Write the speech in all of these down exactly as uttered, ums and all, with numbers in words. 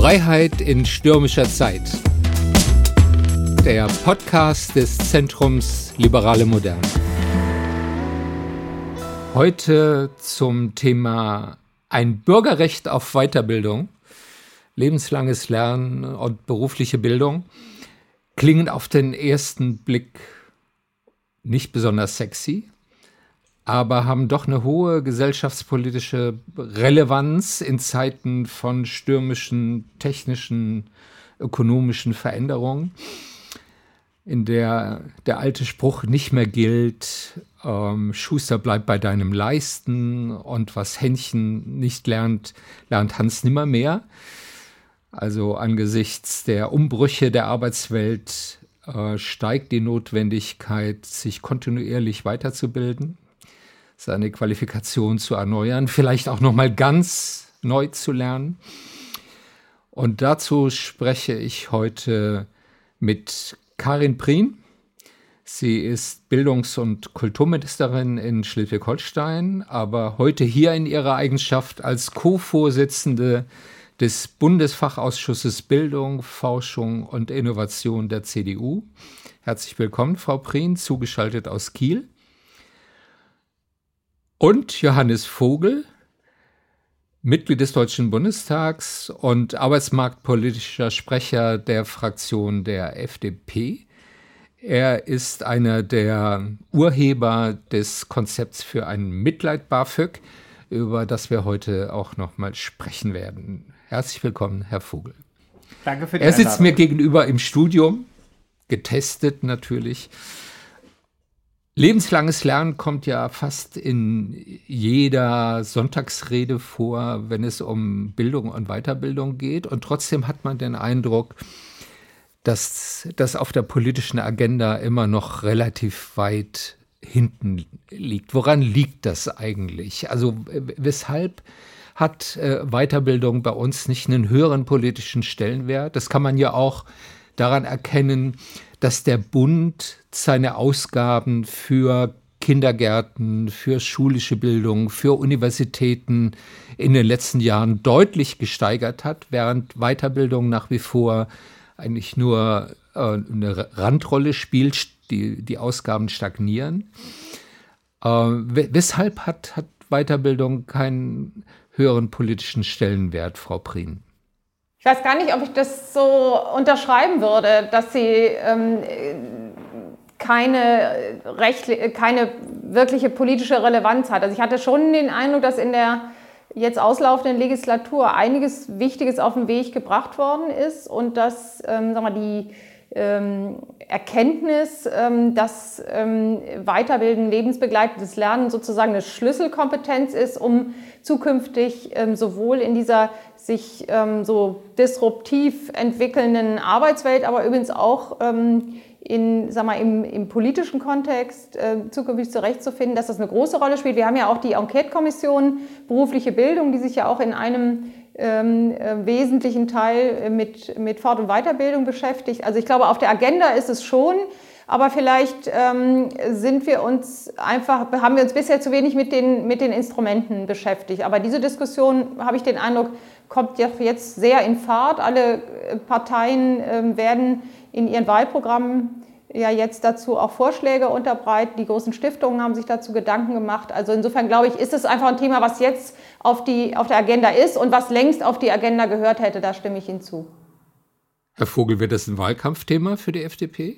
Freiheit in stürmischer Zeit. Der Podcast des Zentrums Liberale Moderne. Heute zum Thema ein Bürgerrecht auf Weiterbildung, lebenslanges Lernen und berufliche Bildung klingen auf den ersten Blick nicht besonders sexy, aber haben doch eine hohe gesellschaftspolitische Relevanz in Zeiten von stürmischen, technischen, ökonomischen Veränderungen, in der der alte Spruch nicht mehr gilt, ähm, Schuster bleibt bei deinem Leisten und was Händchen nicht lernt, lernt Hans nimmermehr. Also angesichts der Umbrüche der Arbeitswelt äh, steigt die Notwendigkeit, sich kontinuierlich weiterzubilden, seine Qualifikation zu erneuern, vielleicht auch noch mal ganz neu zu lernen. Und dazu spreche ich heute mit Karin Prien. Sie ist Bildungs- und Kulturministerin in Schleswig-Holstein, aber heute hier in ihrer Eigenschaft als Co-Vorsitzende des Bundesfachausschusses Bildung, Forschung und Innovation der C D U. Herzlich willkommen, Frau Prien, zugeschaltet aus Kiel. Und Johannes Vogel, Mitglied des Deutschen Bundestags und arbeitsmarktpolitischer Sprecher der Fraktion der F D P. Er ist einer der Urheber des Konzepts für ein Mitleid-BAföG, über das wir heute auch noch mal sprechen werden. Herzlich willkommen, Herr Vogel. Danke für die Er sitzt Einladung. mir gegenüber im Studium, getestet natürlich. Lebenslanges Lernen kommt ja fast in jeder Sonntagsrede vor, wenn es um Bildung und Weiterbildung geht. Und trotzdem hat man den Eindruck, dass das auf der politischen Agenda immer noch relativ weit hinten liegt. Woran liegt das eigentlich? Also weshalb hat äh, Weiterbildung bei uns nicht einen höheren politischen Stellenwert? Das kann man ja auch daran erkennen, dass der Bund seine Ausgaben für Kindergärten, für schulische Bildung, für Universitäten in den letzten Jahren deutlich gesteigert hat, während Weiterbildung nach wie vor eigentlich nur äh, eine Randrolle spielt, die, die Ausgaben stagnieren. Äh, weshalb hat, hat Weiterbildung keinen höheren politischen Stellenwert, Frau Prien? Ich weiß gar nicht, ob ich das so unterschreiben würde, dass sie ähm, keine, rechtli- keine wirkliche politische Relevanz hat. Also ich hatte schon den Eindruck, dass in der jetzt auslaufenden Legislatur einiges Wichtiges auf den Weg gebracht worden ist und dass ähm, sagen wir, die ähm, Erkenntnis, ähm, dass ähm, Weiterbilden, lebensbegleitendes Lernen sozusagen eine Schlüsselkompetenz ist, um zukünftig ähm, sowohl in dieser sich ähm, so disruptiv entwickelnden Arbeitswelt, aber übrigens auch ähm, in, sag mal, im, im politischen Kontext äh, zukünftig zurechtzufinden, dass das eine große Rolle spielt. Wir haben ja auch die Enquete-Kommission berufliche Bildung, die sich ja auch in einem ähm, äh, wesentlichen Teil mit, mit Fort- und Weiterbildung beschäftigt. Also ich glaube, auf der Agenda ist es schon, aber vielleicht ähm, sind wir uns einfach, haben wir uns bisher zu wenig mit den, mit den Instrumenten beschäftigt. Aber diese Diskussion, habe ich den Eindruck, kommt ja jetzt sehr in Fahrt. Alle Parteien äh, werden in ihren Wahlprogrammen ja jetzt dazu auch Vorschläge unterbreiten. Die großen Stiftungen haben sich dazu Gedanken gemacht. Also insofern glaube ich, ist es einfach ein Thema, was jetzt auf, die, auf der Agenda ist und was längst auf die Agenda gehört hätte. Da stimme ich Ihnen zu. Herr Vogel, wird das ein Wahlkampfthema für die F D P?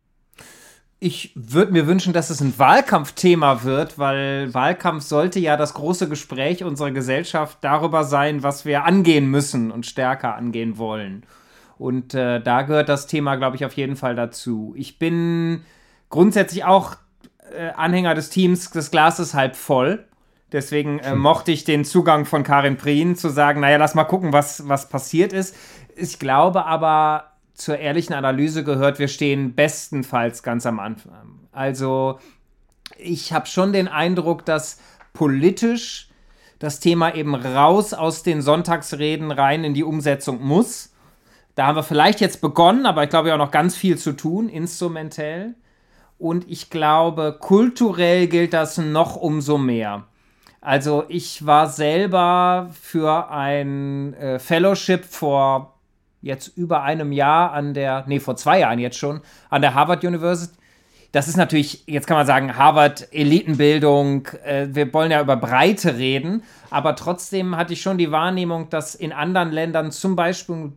Ich würde mir wünschen, dass es ein Wahlkampfthema wird, weil Wahlkampf sollte ja das große Gespräch unserer Gesellschaft darüber sein, was wir angehen müssen und stärker angehen wollen. Und äh, da gehört das Thema, glaube ich, auf jeden Fall dazu. Ich bin grundsätzlich auch äh, Anhänger des Teams des Glases halb voll. Deswegen äh, mochte ich den Zugang von Karin Prien zu sagen, naja, lass mal gucken, was, was passiert ist. Ich glaube aber, zur ehrlichen Analyse gehört, wir stehen bestenfalls ganz am Anfang. Also ich habe schon den Eindruck, dass politisch das Thema eben raus aus den Sonntagsreden rein in die Umsetzung muss. Da haben wir vielleicht jetzt begonnen, aber ich glaube, wir haben noch ganz viel zu tun, instrumentell. Und ich glaube, kulturell gilt das noch umso mehr. Also ich war selber für ein äh, Fellowship vor jetzt über einem Jahr an der, nee, vor zwei Jahren jetzt schon, an der Harvard University. Das ist natürlich, jetzt kann man sagen, Harvard, Elitenbildung, äh, wir wollen ja über Breite reden, aber trotzdem hatte ich schon die Wahrnehmung, dass in anderen Ländern zum Beispiel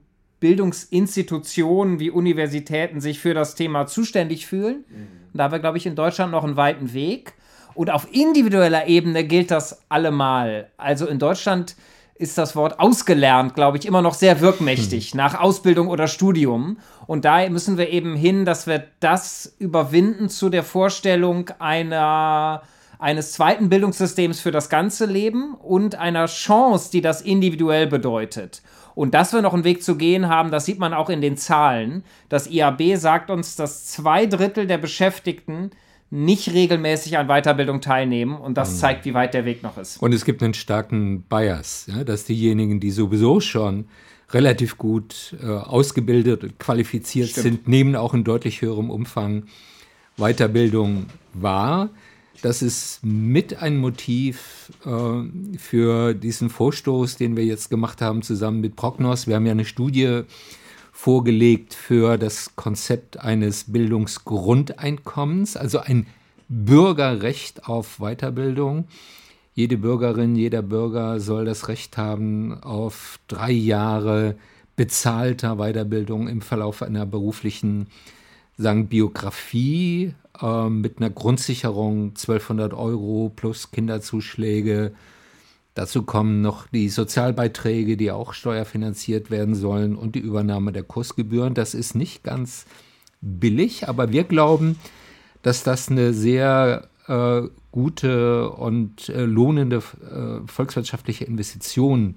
Bildungsinstitutionen wie Universitäten sich für das Thema zuständig fühlen. Mhm. Da haben wir, glaube ich, in Deutschland noch einen weiten Weg. Und auf individueller Ebene gilt das allemal. Also in Deutschland ist das Wort ausgelernt, glaube ich, immer noch sehr wirkmächtig, mhm. nach Ausbildung oder Studium. Und da müssen wir eben hin, dass wir das überwinden zu der Vorstellung einer, eines zweiten Bildungssystems für das ganze Leben und einer Chance, die das individuell bedeutet. Und dass wir noch einen Weg zu gehen haben, das sieht man auch in den Zahlen. Das I A B sagt uns, dass zwei Drittel der Beschäftigten nicht regelmäßig an Weiterbildung teilnehmen. Und das zeigt, wie weit der Weg noch ist. Und es gibt einen starken Bias, ja, dass diejenigen, die sowieso schon relativ gut äh, ausgebildet und qualifiziert Stimmt. sind, nehmen auch in deutlich höherem Umfang Weiterbildung wahr. Das ist mit ein Motiv äh, für diesen Vorstoß, den wir jetzt gemacht haben, zusammen mit Prognos. Wir haben ja eine Studie vorgelegt für das Konzept eines Bildungsgrundeinkommens, also ein Bürgerrecht auf Weiterbildung. Jede Bürgerin, jeder Bürger soll das Recht haben auf drei Jahre bezahlter Weiterbildung im Verlauf einer beruflichen, sagen, Biografie, äh, mit einer Grundsicherung zwölfhundert Euro plus Kinderzuschläge. Dazu kommen noch die Sozialbeiträge, die auch steuerfinanziert werden sollen, und die Übernahme der Kursgebühren. Das ist nicht ganz billig, aber wir glauben, dass das eine sehr äh, gute und äh, lohnende äh, volkswirtschaftliche Investition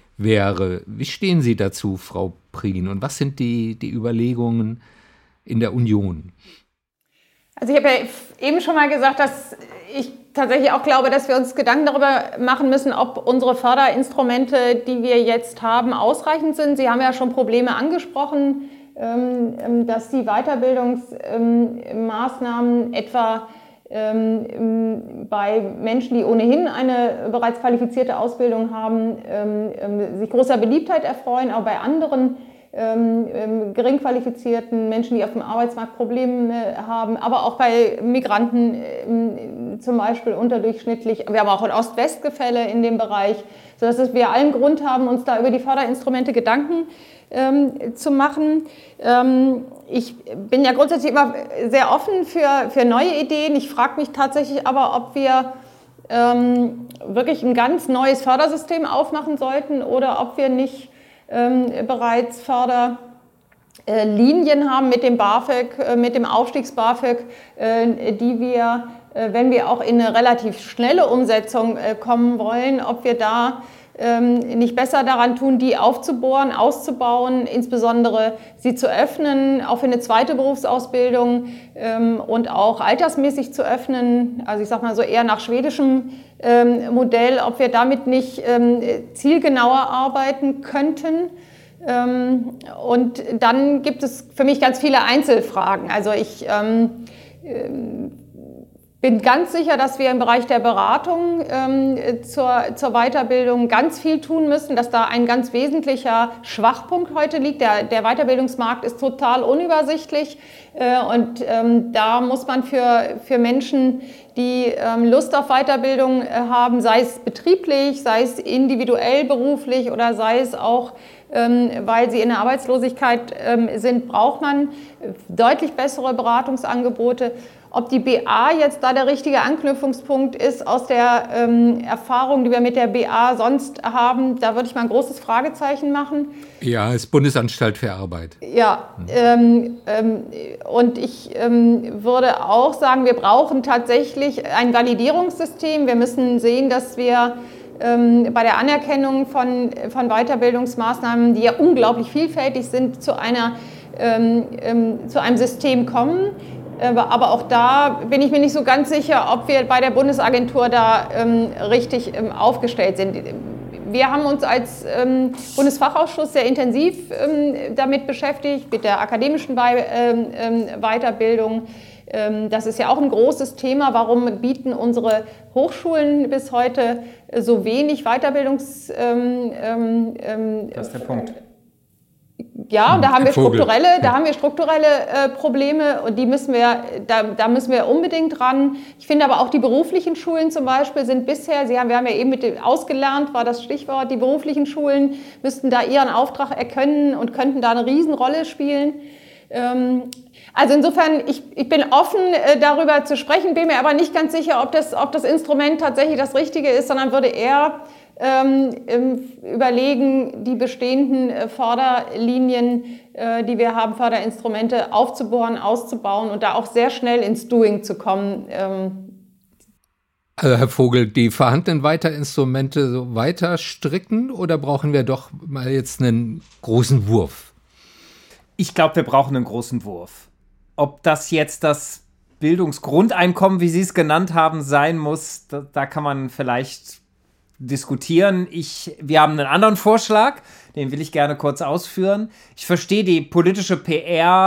wäre. Wie stehen Sie dazu, Frau Prien? Und was sind die, die Überlegungen in der Union? Also ich habe ja eben schon mal gesagt, dass ich tatsächlich auch glaube, dass wir uns Gedanken darüber machen müssen, ob unsere Förderinstrumente, die wir jetzt haben, ausreichend sind. Sie haben ja schon Probleme angesprochen, dass die Weiterbildungsmaßnahmen etwa bei Menschen, die ohnehin eine bereits qualifizierte Ausbildung haben, sich großer Beliebtheit erfreuen, aber bei anderen Ähm, gering qualifizierten Menschen, die auf dem Arbeitsmarkt Probleme haben, aber auch bei Migranten ähm, zum Beispiel unterdurchschnittlich. Wir haben auch ein Ost-West-Gefälle in dem Bereich, sodass wir allen Grund haben, uns da über die Förderinstrumente Gedanken ähm, zu machen. Ähm, ich bin ja grundsätzlich immer sehr offen für, für neue Ideen. Ich frage mich tatsächlich aber, ob wir ähm, wirklich ein ganz neues Fördersystem aufmachen sollten oder ob wir nicht Ähm, bereits Förderlinien äh, haben mit dem BAföG, äh, mit dem Aufstiegs-BAföG, äh, die wir, äh, wenn wir auch in eine relativ schnelle Umsetzung äh, kommen wollen, ob wir da ähm, nicht besser daran tun, die aufzubohren, auszubauen, insbesondere sie zu öffnen, auch für eine zweite Berufsausbildung ähm, und auch altersmäßig zu öffnen, also ich sag mal so eher nach schwedischem ähm, Modell, ob wir damit nicht ähm, zielgenauer arbeiten könnten. Ähm, und dann gibt es für mich ganz viele Einzelfragen. Also ich ähm, ähm, bin ganz sicher, dass wir im Bereich der Beratung ähm, zur, zur Weiterbildung ganz viel tun müssen, dass da ein ganz wesentlicher Schwachpunkt heute liegt. Der, der Weiterbildungsmarkt ist total unübersichtlich äh, und ähm, da muss man für, für Menschen, die ähm, Lust auf Weiterbildung äh, haben, sei es betrieblich, sei es individuell beruflich oder sei es auch ähm, weil sie in der Arbeitslosigkeit ähm, sind, braucht man deutlich bessere Beratungsangebote. Ob die B A jetzt da der richtige Anknüpfungspunkt ist aus der ähm, Erfahrung, die wir mit der B A sonst haben, da würde ich mal ein großes Fragezeichen machen. Ja, es ist Bundesanstalt für Arbeit. Ja, ähm, ähm, und ich ähm, würde auch sagen, wir brauchen tatsächlich ein Validierungssystem. Wir müssen sehen, dass wir ähm, bei der Anerkennung von, von Weiterbildungsmaßnahmen, die ja unglaublich vielfältig sind, zu, einer, ähm, ähm, zu einem System kommen. Aber auch da bin ich mir nicht so ganz sicher, ob wir bei der Bundesagentur da ähm, richtig ähm, aufgestellt sind. Wir haben uns als ähm, Bundesfachausschuss sehr intensiv ähm, damit beschäftigt, mit der akademischen Be- ähm, Weiterbildung. Ähm, das ist ja auch ein großes Thema. Warum bieten unsere Hochschulen bis heute so wenig Weiterbildungs... Ähm, ähm, das ist der Punkt. Ja, und da haben wir Vogel. strukturelle, da haben wir strukturelle äh, Probleme und die müssen wir, da, da müssen wir unbedingt ran. Ich finde aber auch die beruflichen Schulen zum Beispiel sind bisher, Sie haben, wir haben ja eben mit dem ausgelernt, war das Stichwort, die beruflichen Schulen müssten da ihren Auftrag erkennen und könnten da eine Riesenrolle spielen. Ähm, also insofern, ich, ich bin offen äh, darüber zu sprechen, bin mir aber nicht ganz sicher, ob das, ob das Instrument tatsächlich das Richtige ist, sondern würde eher Ähm, überlegen, die bestehenden äh, Förderlinien, äh, die wir haben, Förderinstrumente aufzubohren, auszubauen und da auch sehr schnell ins Doing zu kommen. Ähm. Also Herr Vogel, die vorhandenen Weiterinstrumente so weiter stricken oder brauchen wir doch mal jetzt einen großen Wurf? Ich glaube, wir brauchen einen großen Wurf. Ob das jetzt das Bildungsgrundeinkommen, wie Sie es genannt haben, sein muss, da, da kann man vielleicht diskutieren. Ich, wir haben einen anderen Vorschlag, den will ich gerne kurz ausführen. Ich verstehe die politische P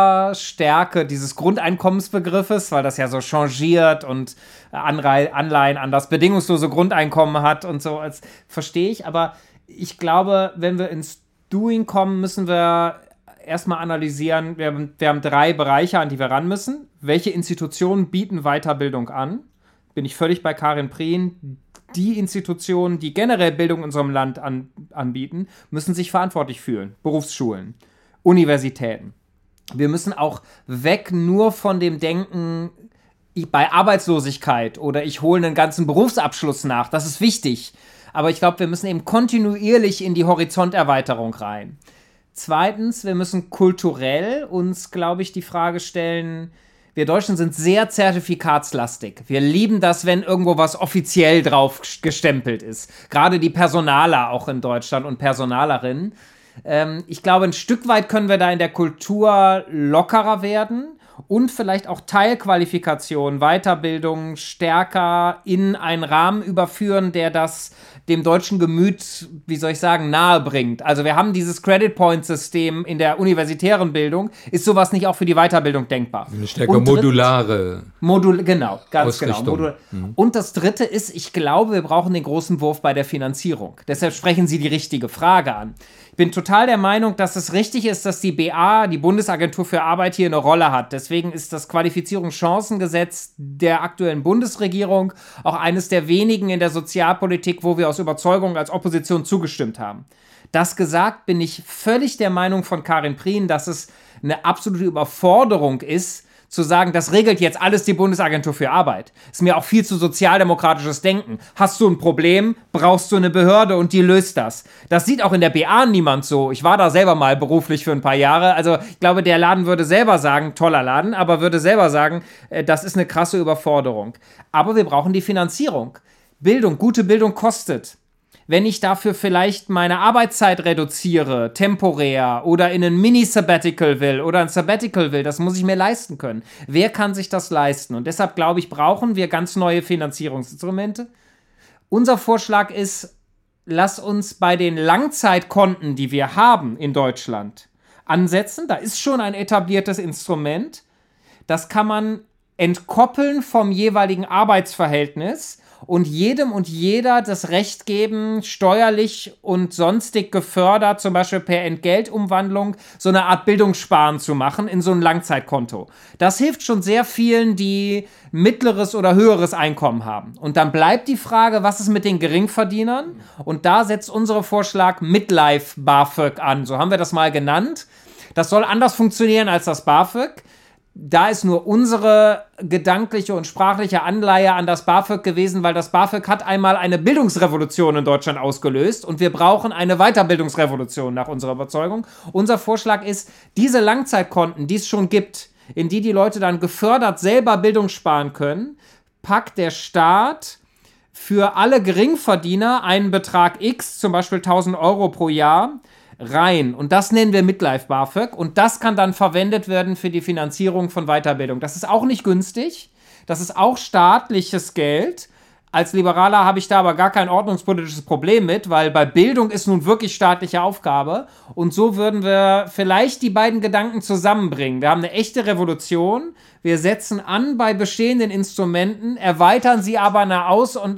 R-Stärke dieses Grundeinkommensbegriffes, weil das ja so changiert und Anrei- Anleihen an das bedingungslose Grundeinkommen hat und so. Das verstehe ich, aber ich glaube, wenn wir ins Doing kommen, müssen wir erstmal analysieren, wir haben, wir haben drei Bereiche, an die wir ran müssen. Welche Institutionen bieten Weiterbildung an? Bin ich völlig bei Karin Prien. Die Institutionen, die generell Bildung in unserem Land an, anbieten, müssen sich verantwortlich fühlen. Berufsschulen, Universitäten. Wir müssen auch weg nur von dem Denken, ich, bei Arbeitslosigkeit oder ich hole einen ganzen Berufsabschluss nach. Das ist wichtig. Aber ich glaube, wir müssen eben kontinuierlich in die Horizonterweiterung rein. Zweitens, wir müssen kulturell uns, glaube ich, die Frage stellen, wir Deutschen sind sehr zertifikatslastig. Wir lieben das, wenn irgendwo was offiziell drauf gestempelt ist. Gerade die Personaler auch in Deutschland und Personalerinnen. Ähm, ich glaube, ein Stück weit können wir da in der Kultur lockerer werden und vielleicht auch Teilqualifikation, Weiterbildung stärker in einen Rahmen überführen, der das dem deutschen Gemüt, wie soll ich sagen, nahe bringt. Also wir haben dieses Credit-Point-System in der universitären Bildung. Ist sowas nicht auch für die Weiterbildung denkbar? Eine stärker modulare Modul, genau, ganz Ausrichtung. genau. Modul- mhm. Und das Dritte ist, ich glaube, wir brauchen den großen Wurf bei der Finanzierung. Deshalb sprechen Sie die richtige Frage an. Ich bin total der Meinung, dass es richtig ist, dass die B A, die Bundesagentur für Arbeit, hier eine Rolle hat. Deswegen ist das Qualifizierungschancengesetz der aktuellen Bundesregierung auch eines der wenigen in der Sozialpolitik, wo wir aus Überzeugung als Opposition zugestimmt haben. Das gesagt, bin ich völlig der Meinung von Karin Prien, dass es eine absolute Überforderung ist, zu sagen, das regelt jetzt alles die Bundesagentur für Arbeit. Ist mir auch viel zu sozialdemokratisches Denken. Hast du ein Problem, brauchst du eine Behörde und die löst das. Das sieht auch in der B A niemand so. Ich war da selber mal beruflich für ein paar Jahre. Also ich glaube, der Laden würde selber sagen, toller Laden, aber würde selber sagen, das ist eine krasse Überforderung. Aber wir brauchen die Finanzierung. Bildung, gute Bildung kostet. Wenn ich dafür vielleicht meine Arbeitszeit reduziere, temporär, oder in ein Mini-Sabbatical will oder ein Sabbatical will, das muss ich mir leisten können. Wer kann sich das leisten? Und deshalb, glaube ich, brauchen wir ganz neue Finanzierungsinstrumente. Unser Vorschlag ist, lass uns bei den Langzeitkonten, die wir haben in Deutschland, ansetzen. Da ist schon ein etabliertes Instrument. Das kann man entkoppeln vom jeweiligen Arbeitsverhältnis und jedem und jeder das Recht geben, steuerlich und sonstig gefördert, zum Beispiel per Entgeltumwandlung, so eine Art Bildungssparen zu machen in so ein Langzeitkonto. Das hilft schon sehr vielen, die mittleres oder höheres Einkommen haben. Und dann bleibt die Frage, was ist mit den Geringverdienern? Und da setzt unser Vorschlag Midlife BAföG an. So haben wir das mal genannt. Das soll anders funktionieren als das BAföG. Da ist nur unsere gedankliche und sprachliche Anleihe an das BAföG gewesen, weil das BAföG hat einmal eine Bildungsrevolution in Deutschland ausgelöst und wir brauchen eine Weiterbildungsrevolution nach unserer Überzeugung. Unser Vorschlag ist, diese Langzeitkonten, die es schon gibt, in die die Leute dann gefördert selber Bildung sparen können, packt der Staat für alle Geringverdiener einen Betrag X, zum Beispiel tausend Euro pro Jahr, rein. Und das nennen wir Midlife BAföG. Und das kann dann verwendet werden für die Finanzierung von Weiterbildung. Das ist auch nicht günstig. Das ist auch staatliches Geld. Als Liberaler habe ich da aber gar kein ordnungspolitisches Problem mit, weil bei Bildung ist nun wirklich staatliche Aufgabe. Und so würden wir vielleicht die beiden Gedanken zusammenbringen. Wir haben eine echte Revolution. Wir setzen an bei bestehenden Instrumenten, erweitern sie aber nach aus und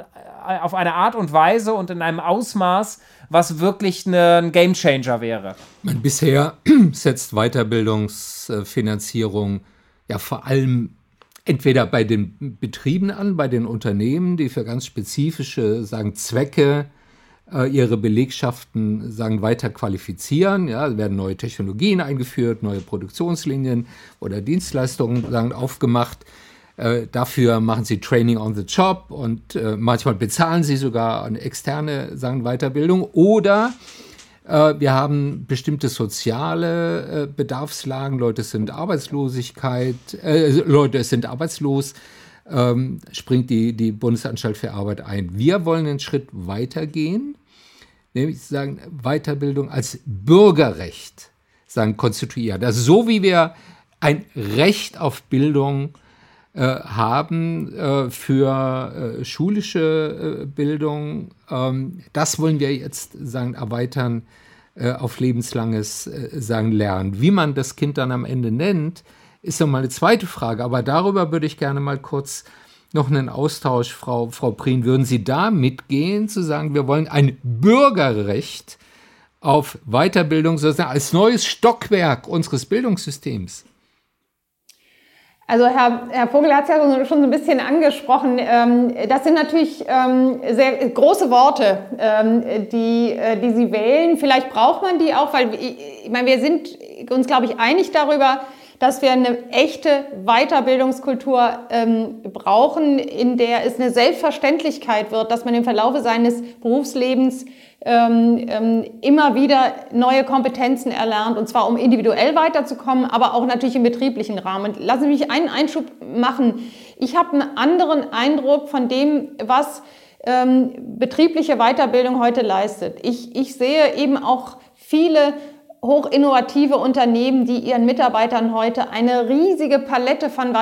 auf eine Art und Weise und in einem Ausmaß, was wirklich ein Gamechanger wäre? Bisher setzt Weiterbildungsfinanzierung ja vor allem entweder bei den Betrieben an, bei den Unternehmen, die für ganz spezifische, sagen, Zwecke äh, ihre Belegschaften, sagen, weiter qualifizieren. Ja, es werden neue Technologien eingeführt, neue Produktionslinien oder Dienstleistungen, sagen, aufgemacht. Äh, dafür machen sie Training on the Job und äh, manchmal bezahlen sie sogar eine externe, sagen, Weiterbildung. Oder äh, wir haben bestimmte soziale äh, Bedarfslagen. Leute sind Arbeitslosigkeit, äh, Leute sind arbeitslos, ähm, springt die, die Bundesanstalt für Arbeit ein. Wir wollen einen Schritt weitergehen, nämlich sagen, Weiterbildung als Bürgerrecht, sagen, konstituiert. Also so wie wir ein Recht auf Bildung äh, haben äh, für äh, schulische äh, Bildung, ähm, das wollen wir jetzt, sagen, erweitern äh, auf lebenslanges, äh, sagen, Lernen. Wie man das Kind dann am Ende nennt, ist nochmal eine zweite Frage, aber darüber würde ich gerne mal kurz noch einen Austausch, Frau, Frau Prien. Würden Sie da mitgehen, zu sagen, wir wollen ein Bürgerrecht auf Weiterbildung sozusagen als neues Stockwerk unseres Bildungssystems? Also Herr, Herr Vogel hat es ja schon so ein bisschen angesprochen. Das sind natürlich sehr große Worte, die, die Sie wählen. Vielleicht braucht man die auch, weil ich meine, wir sind uns, glaube ich, einig darüber, dass wir eine echte Weiterbildungskultur ähm, brauchen, in der es eine Selbstverständlichkeit wird, dass man im Verlaufe seines Berufslebens ähm, ähm, immer wieder neue Kompetenzen erlernt, und zwar um individuell weiterzukommen, aber auch natürlich im betrieblichen Rahmen. Lassen Sie mich einen Einschub machen. Ich habe einen anderen Eindruck von dem, was ähm, betriebliche Weiterbildung heute leistet. Ich, ich sehe eben auch viele hochinnovative Unternehmen, die ihren Mitarbeitern heute eine riesige Palette von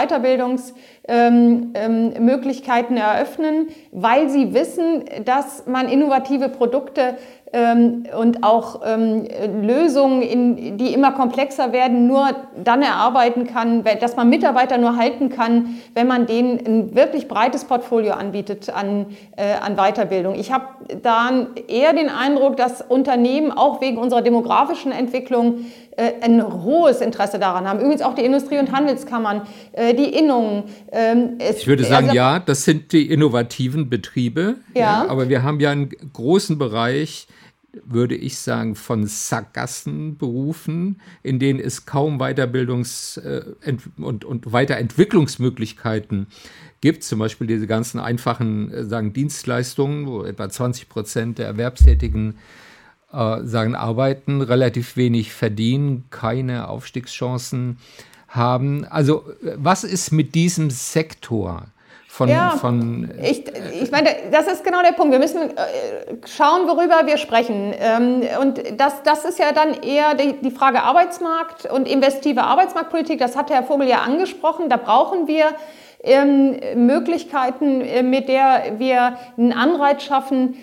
Weiterbildungsmöglichkeiten ähm, ähm, eröffnen, weil sie wissen, dass man innovative Produkte ähm, und auch ähm, Lösungen, in, die immer komplexer werden, nur dann erarbeiten kann, dass man Mitarbeiter nur halten kann, wenn man denen ein wirklich breites Portfolio anbietet an, äh, an Weiterbildung. Ich habe da eher den Eindruck, dass Unternehmen auch wegen unserer demografischen Entwicklung äh, ein hohes Interesse daran haben. Übrigens auch die Industrie- und Handelskammern, äh, die Innungen. Ähm, es, ich würde sagen, also, ja, das sind die innovativen Betriebe, ja. Ja, aber wir haben ja einen großen Bereich, würde ich sagen, von Sackgassenberufen, in denen es kaum Weiterbildungs- und, und Weiterentwicklungsmöglichkeiten gibt. Zum Beispiel diese ganzen einfachen, sagen, Dienstleistungen, wo etwa zwanzig Prozent der Erwerbstätigen äh, sagen, arbeiten, relativ wenig verdienen, keine Aufstiegschancen haben. Also was ist mit diesem Sektor? Von, ja, von, ich, ich meine, das ist genau der Punkt. Wir müssen schauen, worüber wir sprechen. Und das, das ist ja dann eher die, die Frage Arbeitsmarkt und investive Arbeitsmarktpolitik. Das hat Herr Vogel ja angesprochen. Da brauchen wir ähm, Möglichkeiten, mit der wir einen Anreiz schaffen,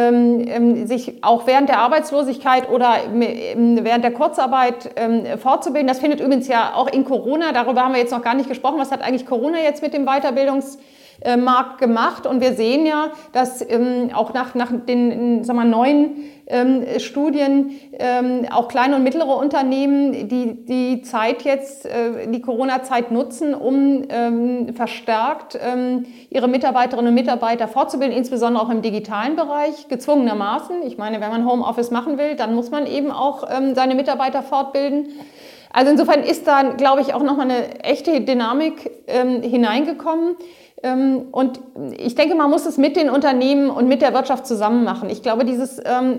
ähm, sich auch während der Arbeitslosigkeit oder während der Kurzarbeit ähm, fortzubilden. Das findet übrigens ja auch in Corona, darüber haben wir jetzt noch gar nicht gesprochen, was hat eigentlich Corona jetzt mit dem Weiterbildungs Markt gemacht, und wir sehen ja, dass ähm, auch nach, nach den sagen wir, neuen ähm, Studien ähm, auch kleine und mittlere Unternehmen die, die Zeit jetzt, äh, die Corona-Zeit nutzen, um ähm, verstärkt ähm, ihre Mitarbeiterinnen und Mitarbeiter fortzubilden, insbesondere auch im digitalen Bereich, gezwungenermaßen. Ich meine, wenn man Homeoffice machen will, dann muss man eben auch ähm, seine Mitarbeiter fortbilden. Also insofern ist da, glaube ich, auch nochmal eine echte Dynamik ähm, hineingekommen. Und ich denke, man muss es mit den Unternehmen und mit der Wirtschaft zusammen machen. Ich glaube, dieses ähm,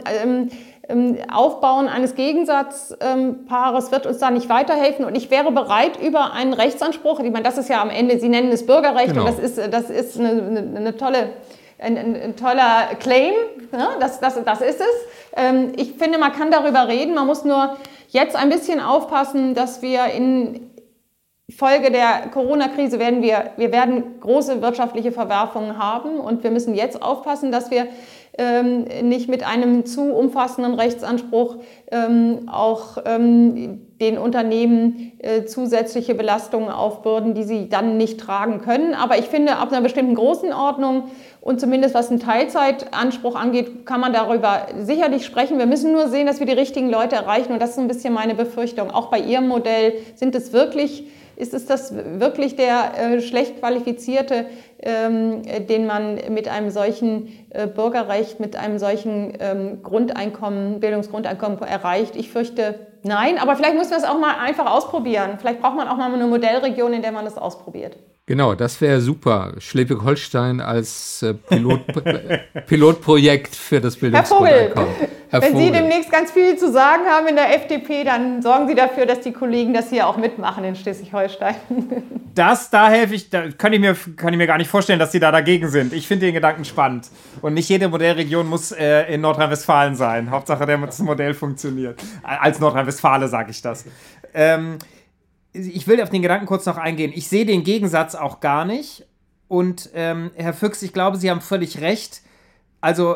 ähm, Aufbauen eines Gegensatzpaares wird uns da nicht weiterhelfen. Und ich wäre bereit, über einen Rechtsanspruch, ich meine, das ist ja am Ende, Sie nennen es Bürgerrecht, genau. Und das ist, das ist eine, eine, eine tolle, ein, ein toller Claim, ne? das, das, das ist es. Ähm, ich finde, man kann darüber reden, man muss nur jetzt ein bisschen aufpassen, dass wir in Folge der Corona-Krise werden wir, wir werden große wirtschaftliche Verwerfungen haben und wir müssen jetzt aufpassen, dass wir ähm, nicht mit einem zu umfassenden Rechtsanspruch ähm, auch ähm, den Unternehmen äh, zusätzliche Belastungen aufbürden, die sie dann nicht tragen können. Aber ich finde, ab einer bestimmten Größenordnung und zumindest was einen Teilzeitanspruch angeht, kann man darüber sicherlich sprechen. Wir müssen nur sehen, dass wir die richtigen Leute erreichen und das ist ein bisschen meine Befürchtung. Auch bei Ihrem Modell sind es wirklich Ist es das wirklich der äh, schlecht qualifizierte, ähm, den man mit einem solchen äh, Bürgerrecht, mit einem solchen ähm, Grundeinkommen, Bildungsgrundeinkommen erreicht? Ich fürchte, nein. Aber vielleicht muss man es auch mal einfach ausprobieren. Vielleicht braucht man auch mal eine Modellregion, in der man das ausprobiert. Genau, das wäre super. Schleswig-Holstein als äh, Pilot, Pilotprojekt für das Bildungsgrundeinkommen. Herr Vogel, wenn Sie demnächst ganz viel zu sagen haben in der F D P, dann sorgen Sie dafür, dass die Kollegen das hier auch mitmachen in Schleswig-Holstein. Das, da helfe ich, da kann ich, mir, kann ich mir gar nicht vorstellen, dass Sie da dagegen sind. Ich finde den Gedanken spannend. Und nicht jede Modellregion muss äh, in Nordrhein-Westfalen sein. Hauptsache, das Modell funktioniert. Als Nordrhein-Westfale sage ich das. Ähm, Ich will auf den Gedanken kurz noch eingehen. Ich sehe den Gegensatz auch gar nicht. Und ähm, Herr Füchs, ich glaube, Sie haben völlig recht. Also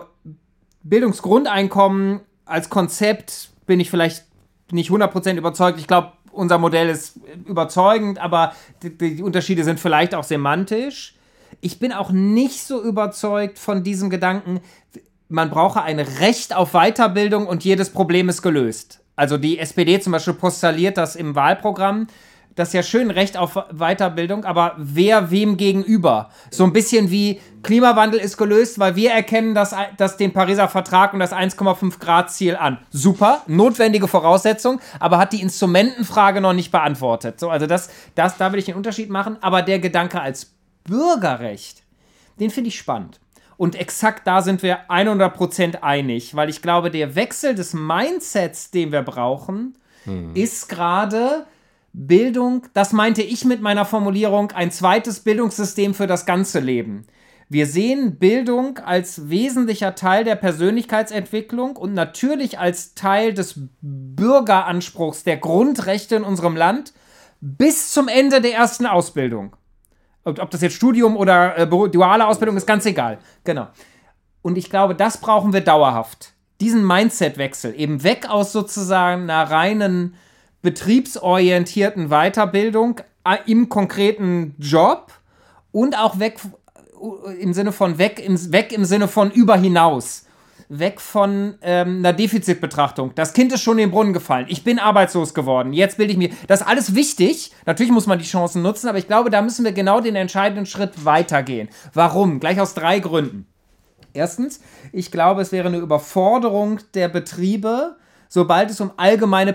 Bildungsgrundeinkommen als Konzept bin ich vielleicht nicht hundert Prozent überzeugt. Ich glaube, unser Modell ist überzeugend, aber die, die Unterschiede sind vielleicht auch semantisch. Ich bin auch nicht so überzeugt von diesem Gedanken, man brauche ein Recht auf Weiterbildung und jedes Problem ist gelöst. Also die S P D zum Beispiel postuliert das im Wahlprogramm. Das ist ja schön, Recht auf Weiterbildung, aber wer wem gegenüber? So ein bisschen wie Klimawandel ist gelöst, weil wir erkennen das, das den Pariser Vertrag und das eins Komma fünf Grad Ziel an. Super, notwendige Voraussetzung, aber hat die Instrumentenfrage noch nicht beantwortet. So, also das, das, da will ich den Unterschied machen. Aber der Gedanke als Bürgerrecht, den finde ich spannend. Und exakt da sind wir hundert Prozent einig, weil ich glaube, der Wechsel des Mindsets, den wir brauchen, hm. ist gerade Bildung, das meinte ich mit meiner Formulierung, ein zweites Bildungssystem für das ganze Leben. Wir sehen Bildung als wesentlicher Teil der Persönlichkeitsentwicklung und natürlich als Teil des Bürgeranspruchs der Grundrechte in unserem Land bis zum Ende der ersten Ausbildung. Ob das jetzt Studium oder äh, duale Ausbildung ist, ganz egal. Genau. Und ich glaube, das brauchen wir dauerhaft. Diesen Mindset-Wechsel. Eben weg aus sozusagen einer reinen betriebsorientierten Weiterbildung äh, im konkreten Job und auch weg äh, im Sinne von weg im, weg im Sinne von über hinaus. Weg von ähm, einer Defizitbetrachtung. Das Kind ist schon in den Brunnen gefallen. Ich bin arbeitslos geworden. Jetzt bilde ich mir... Das ist alles wichtig. Natürlich muss man die Chancen nutzen, aber ich glaube, da müssen wir genau den entscheidenden Schritt weitergehen. Warum? Gleich aus drei Gründen. Erstens, ich glaube, es wäre eine Überforderung der Betriebe, sobald es um allgemeine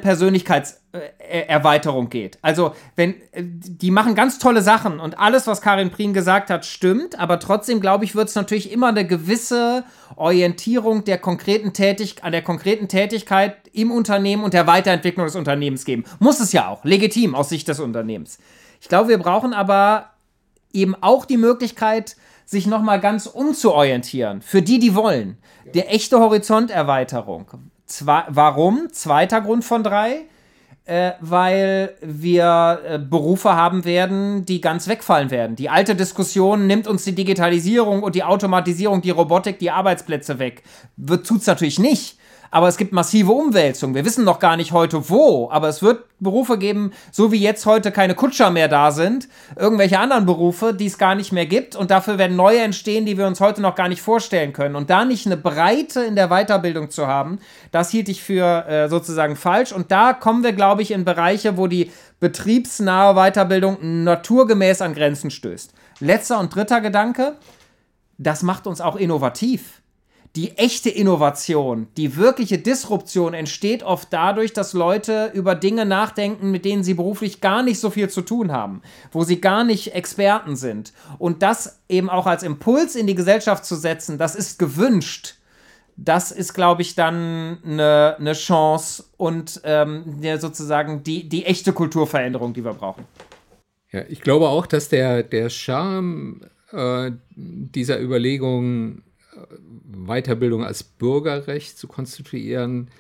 Persönlichkeitserweiterung geht. Also, wenn die machen ganz tolle Sachen und alles, was Karin Prien gesagt hat, stimmt, aber trotzdem, glaube ich, wird es natürlich immer eine gewisse Orientierung der konkreten Tätig- an der konkreten Tätigkeit im Unternehmen und der Weiterentwicklung des Unternehmens geben. Muss es ja auch, legitim aus Sicht des Unternehmens. Ich glaube, wir brauchen aber eben auch die Möglichkeit, sich nochmal ganz umzuorientieren, für die, die wollen. Der echte Horizonterweiterung. Zwei, warum? Zweiter Grund von drei. Äh, weil wir äh, Berufe haben werden, die ganz wegfallen werden. Die alte Diskussion, nimmt uns die Digitalisierung und die Automatisierung, die Robotik, die Arbeitsplätze weg. Tut es natürlich nicht. Aber es gibt massive Umwälzungen. Wir wissen noch gar nicht heute wo, aber es wird Berufe geben, so wie jetzt heute keine Kutscher mehr da sind, irgendwelche anderen Berufe, die es gar nicht mehr gibt und dafür werden neue entstehen, die wir uns heute noch gar nicht vorstellen können. Und da nicht eine Breite in der Weiterbildung zu haben, das hielt ich für äh, sozusagen falsch. Und da kommen wir, glaube ich, in Bereiche, wo die betriebsnahe Weiterbildung naturgemäß an Grenzen stößt. Letzter und dritter Gedanke, das macht uns auch innovativ. Die echte Innovation, die wirkliche Disruption entsteht oft dadurch, dass Leute über Dinge nachdenken, mit denen sie beruflich gar nicht so viel zu tun haben, wo sie gar nicht Experten sind. Und das eben auch als Impuls in die Gesellschaft zu setzen, das ist gewünscht. Das ist, glaube ich, dann eine, eine Chance und ähm, ja, sozusagen die, die echte Kulturveränderung, die wir brauchen. Ja, ich glaube auch, dass der, der Charme äh, dieser Überlegung, Weiterbildung als Bürgerrecht zu konstituieren,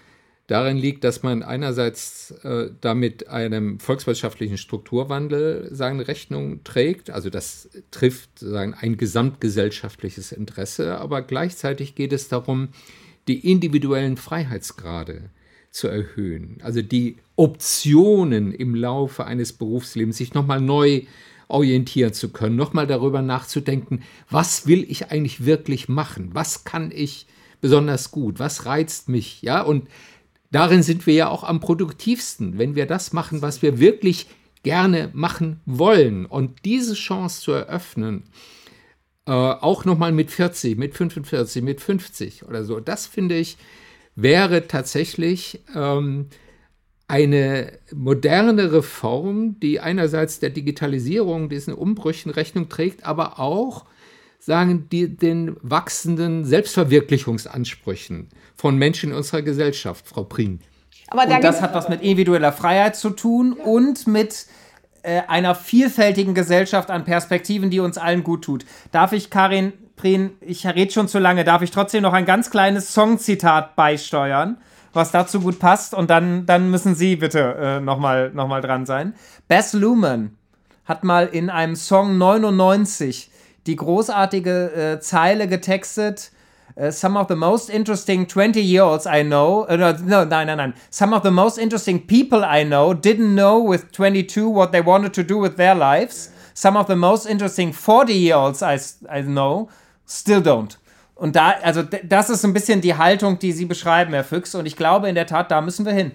darin liegt, dass man einerseits äh, damit einem volkswirtschaftlichen Strukturwandel sagen, Rechnung trägt. Also das trifft sagen, ein gesamtgesellschaftliches Interesse, aber gleichzeitig geht es darum, die individuellen Freiheitsgrade zu erhöhen. Also die Optionen im Laufe eines Berufslebens, sich nochmal neu orientieren zu können, nochmal darüber nachzudenken, was will ich eigentlich wirklich machen? Was kann ich besonders gut? Was reizt mich? Ja, und darin sind wir ja auch am produktivsten, wenn wir das machen, was wir wirklich gerne machen wollen. Und diese Chance zu eröffnen, äh, auch nochmal mit vierzig, mit fünfundvierzig, mit fünfzig oder so, das finde ich, wäre tatsächlich ähm, eine moderne Reform, die einerseits der Digitalisierung, diesen Umbrüchen Rechnung trägt, aber auch sagen die, den wachsenden Selbstverwirklichungsansprüchen von Menschen in unserer Gesellschaft, Frau Prien. Aber da und das hat was mit individueller Freiheit zu tun ja. und mit äh, einer vielfältigen Gesellschaft an Perspektiven, die uns allen gut tut. Darf ich, Karin Prien, ich rede schon zu lange, darf ich trotzdem noch ein ganz kleines Songzitat beisteuern, was dazu gut passt? Und dann, dann müssen Sie bitte äh, nochmal noch mal dran sein. Baz Luhrmann hat mal in einem Song neunundneunzig die großartige äh, Zeile getextet, uh, some of the most interesting twenty-year-olds I know, uh, no, no, nein, nein, nein, some of the most interesting people I know didn't know with twenty-two what they wanted to do with their lives. Some of the most interesting forty-year-olds I, I know still don't. Und da, also das ist ein bisschen die Haltung, die Sie beschreiben, Herr Füchs, und ich glaube in der Tat, da müssen wir hin.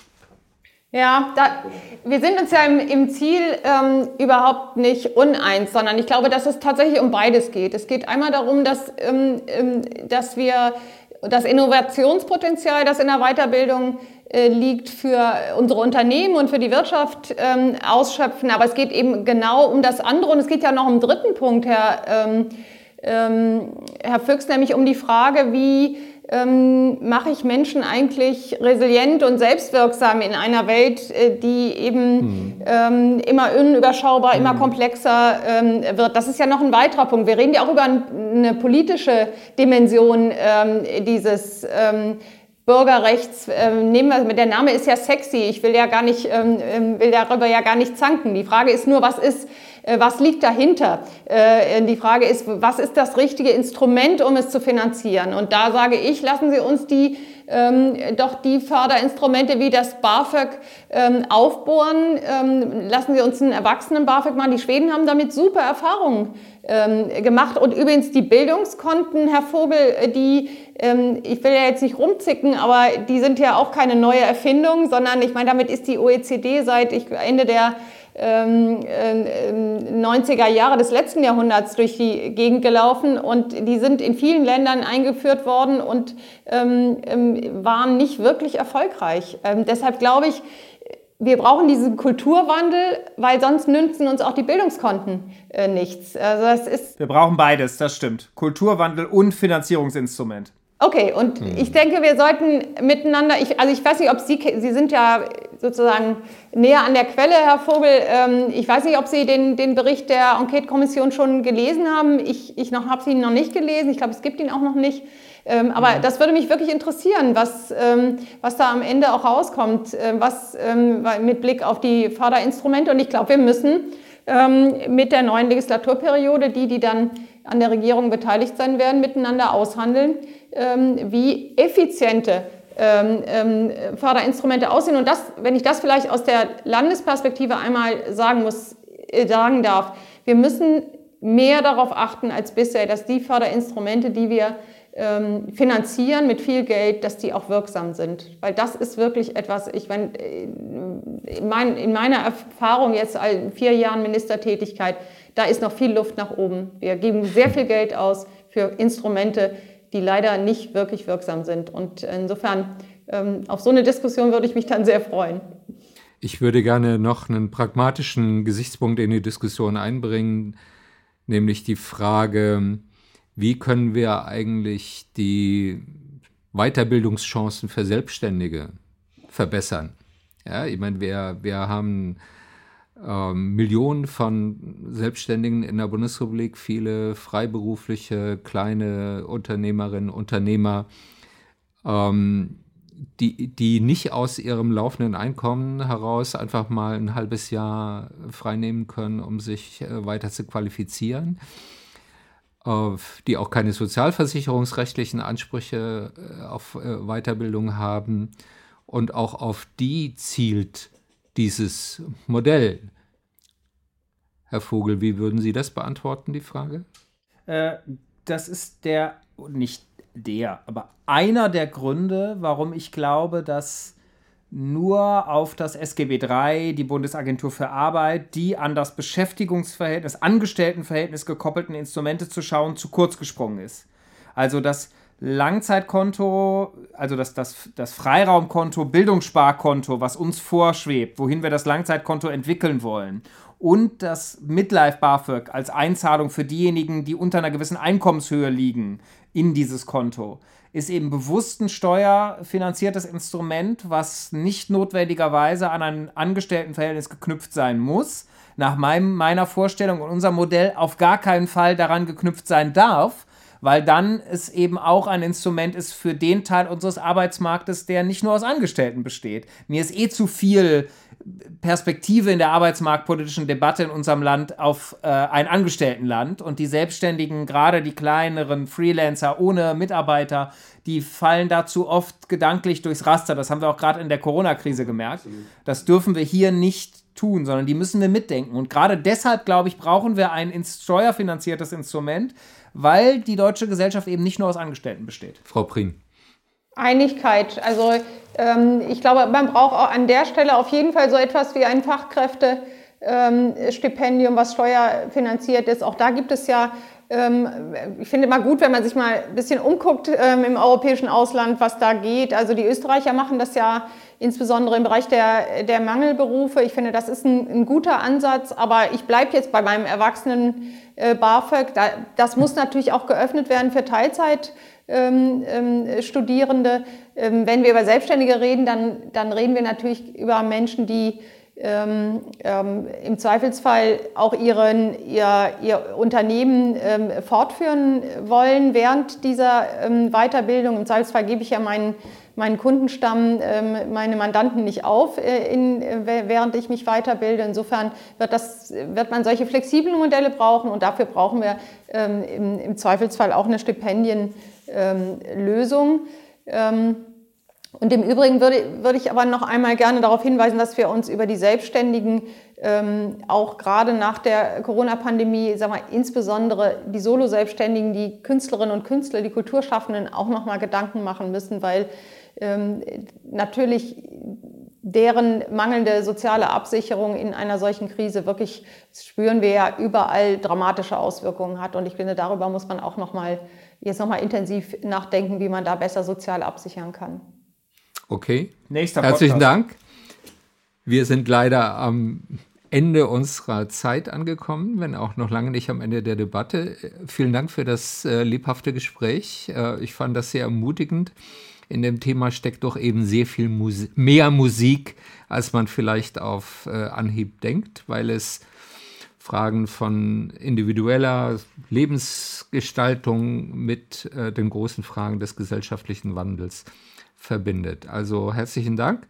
Ja, da, wir sind uns ja im, im Ziel ähm, überhaupt nicht uneins, sondern ich glaube, dass es tatsächlich um beides geht. Es geht einmal darum, dass, ähm, dass wir das Innovationspotenzial, das in der Weiterbildung äh, liegt, für unsere Unternehmen und für die Wirtschaft ähm, ausschöpfen. Aber es geht eben genau um das andere. Und es geht ja noch um den dritten Punkt, Herr, ähm, ähm, Herr Füchs, nämlich um die Frage, wie Ähm, mache ich Menschen eigentlich resilient und selbstwirksam in einer Welt, äh, die eben hm. ähm, immer unüberschaubar, hm. immer komplexer ähm, wird. Das ist ja noch ein weiterer Punkt. Wir reden ja auch über ein, eine politische Dimension ähm, dieses ähm, Bürgerrechts. Ähm, nehmen wir, der Name ist ja sexy. Ich will ja gar nicht, ähm, will darüber ja gar nicht zanken. Die Frage ist nur, was ist Was liegt dahinter? Die Frage ist, was ist das richtige Instrument, um es zu finanzieren? Und da sage ich, lassen Sie uns die, ähm, doch die Förderinstrumente wie das BAföG ähm, aufbohren. Ähm, lassen Sie uns einen Erwachsenen-BAföG machen. Die Schweden haben damit super Erfahrungen ähm, gemacht. Und übrigens die Bildungskonten, Herr Vogel, die, ähm, ich will ja jetzt nicht rumzicken, aber die sind ja auch keine neue Erfindung, sondern ich meine, damit ist die O E C D seit ich, Ende der Ähm, äh, neunziger Jahre des letzten Jahrhunderts durch die Gegend gelaufen und die sind in vielen Ländern eingeführt worden und ähm, ähm, waren nicht wirklich erfolgreich. Ähm, deshalb glaube ich, wir brauchen diesen Kulturwandel, weil sonst nützen uns auch die Bildungskonten äh, nichts. Also das ist wir brauchen beides, das stimmt. Kulturwandel und Finanzierungsinstrument. Okay, und hm. ich denke, wir sollten miteinander, ich, also ich weiß nicht, ob Sie, Sie sind ja sozusagen näher an der Quelle, Herr Vogel, ähm, ich weiß nicht, ob Sie den, den Bericht der Enquete-Kommission schon gelesen haben. Ich, ich habe ihn noch nicht gelesen, ich glaube, es gibt ihn auch noch nicht. Ähm, aber mhm. das würde mich wirklich interessieren, was, ähm, was da am Ende auch rauskommt, äh, was ähm, mit Blick auf die Förderinstrumente. Und ich glaube, wir müssen ähm, mit der neuen Legislaturperiode, die, die dann an der Regierung beteiligt sein werden, miteinander aushandeln, ähm, wie effiziente ähm, ähm, Förderinstrumente aussehen. Und das, wenn ich das vielleicht aus der Landesperspektive einmal sagen muss, äh, sagen darf, wir müssen mehr darauf achten als bisher, dass die Förderinstrumente, die wir ähm, finanzieren mit viel Geld, dass die auch wirksam sind. Weil das ist wirklich etwas, ich meine, in, mein, in meiner Erfahrung jetzt in vier Jahren Ministertätigkeit, da ist noch viel Luft nach oben. Wir geben sehr viel Geld aus für Instrumente, die leider nicht wirklich wirksam sind. Und insofern, ähm, auf so eine Diskussion würde ich mich dann sehr freuen. Ich würde gerne noch einen pragmatischen Gesichtspunkt in die Diskussion einbringen, nämlich die Frage, wie können wir eigentlich die Weiterbildungschancen für Selbstständige verbessern? Ja, ich meine, wir, wir haben ähm, Millionen von Selbstständigen in der Bundesrepublik, viele freiberufliche, kleine Unternehmerinnen, Unternehmer, ähm, die, die nicht aus ihrem laufenden Einkommen heraus einfach mal ein halbes Jahr freinehmen können, um sich äh, weiter zu qualifizieren, äh, die auch keine sozialversicherungsrechtlichen Ansprüche äh, auf äh, Weiterbildung haben. Und auch auf die zielt dieses Modell. Herr Vogel, wie würden Sie das beantworten, die Frage? Äh, das ist der, nicht der, aber einer der Gründe, warum ich glaube, dass nur auf das S G B drei, die Bundesagentur für Arbeit, die an das Beschäftigungsverhältnis, Angestelltenverhältnis gekoppelten Instrumente zu schauen, zu kurz gesprungen ist. Also das Langzeitkonto, also das, das, das Freiraumkonto, Bildungssparkonto, was uns vorschwebt, wohin wir das Langzeitkonto entwickeln wollen, und das Midlife BAföG als Einzahlung für diejenigen, die unter einer gewissen Einkommenshöhe liegen, in dieses Konto, ist eben bewusst ein steuerfinanziertes Instrument, was nicht notwendigerweise an ein Angestelltenverhältnis geknüpft sein muss, nach meinem, meiner Vorstellung und unserem Modell auf gar keinen Fall daran geknüpft sein darf, weil dann es eben auch ein Instrument ist für den Teil unseres Arbeitsmarktes, der nicht nur aus Angestellten besteht. Mir ist eh zu viel Perspektive in der arbeitsmarktpolitischen Debatte in unserem Land auf äh, ein Angestelltenland, und die Selbstständigen, gerade die kleineren Freelancer ohne Mitarbeiter, die fallen dazu oft gedanklich durchs Raster. Das haben wir auch gerade in der Corona-Krise gemerkt. Das dürfen wir hier nicht tun, sondern die müssen wir mitdenken. Und gerade deshalb, glaube ich, brauchen wir ein steuerfinanziertes Instrument, weil die deutsche Gesellschaft eben nicht nur aus Angestellten besteht. Frau Prien. Einigkeit. Also ähm, ich glaube, man braucht auch an der Stelle auf jeden Fall so etwas wie ein Fachkräftestipendium, ähm, was steuerfinanziert ist. Auch da gibt es ja, ähm, ich finde immer gut, wenn man sich mal ein bisschen umguckt ähm, im europäischen Ausland, was da geht. Also die Österreicher machen das ja insbesondere im Bereich der, der Mangelberufe. Ich finde, das ist ein, ein guter Ansatz, aber ich bleibe jetzt bei meinem Erwachsenen äh, BAföG. Da, das muss natürlich auch geöffnet werden für Teilzeit. Ähm, ähm, Studierende. Ähm, wenn wir über Selbstständige reden, dann, dann reden wir natürlich über Menschen, die ähm, ähm, im Zweifelsfall auch ihren, ihr, ihr Unternehmen ähm, fortführen wollen während dieser ähm, Weiterbildung. Im Zweifelsfall gebe ich ja meinen, meinen Kundenstamm, ähm, meine Mandanten nicht auf, äh, in, äh, während ich mich weiterbilde. Insofern wird, das, wird man solche flexiblen Modelle brauchen, und dafür brauchen wir ähm, im, im Zweifelsfall auch eine Stipendien- Ähm, Lösung. Ähm, und im Übrigen würde, würde ich aber noch einmal gerne darauf hinweisen, dass wir uns über die Selbstständigen ähm, auch gerade nach der Corona-Pandemie, sagen wir, insbesondere die Solo-Selbstständigen, die Künstlerinnen und Künstler, die Kulturschaffenden auch noch mal Gedanken machen müssen, weil ähm, natürlich deren mangelnde soziale Absicherung in einer solchen Krise wirklich, das spüren wir ja, überall dramatische Auswirkungen hat. Und ich finde, darüber muss man auch noch mal, jetzt noch mal intensiv nachdenken, wie man da besser sozial absichern kann. Okay, Nächster herzlichen Podcast. Dank. Wir sind leider am Ende unserer Zeit angekommen, wenn auch noch lange nicht am Ende der Debatte. Vielen Dank für das äh, lebhafte Gespräch. Äh, ich fand das sehr ermutigend. In dem Thema steckt doch eben sehr viel Musi- mehr Musik, als man vielleicht auf äh, Anhieb denkt, weil es Fragen von individueller Lebensgestaltung mit äh, den großen Fragen des gesellschaftlichen Wandels verbindet. Also herzlichen Dank.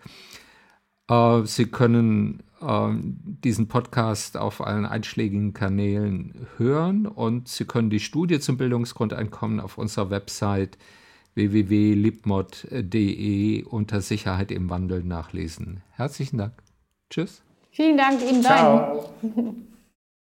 Äh, Sie können äh, diesen Podcast auf allen einschlägigen Kanälen hören, und Sie können die Studie zum Bildungsgrundeinkommen auf unserer Website w w w punkt libmod punkt d e unter Sicherheit im Wandel nachlesen. Herzlichen Dank. Tschüss. Vielen Dank Ihnen beiden. Ciao.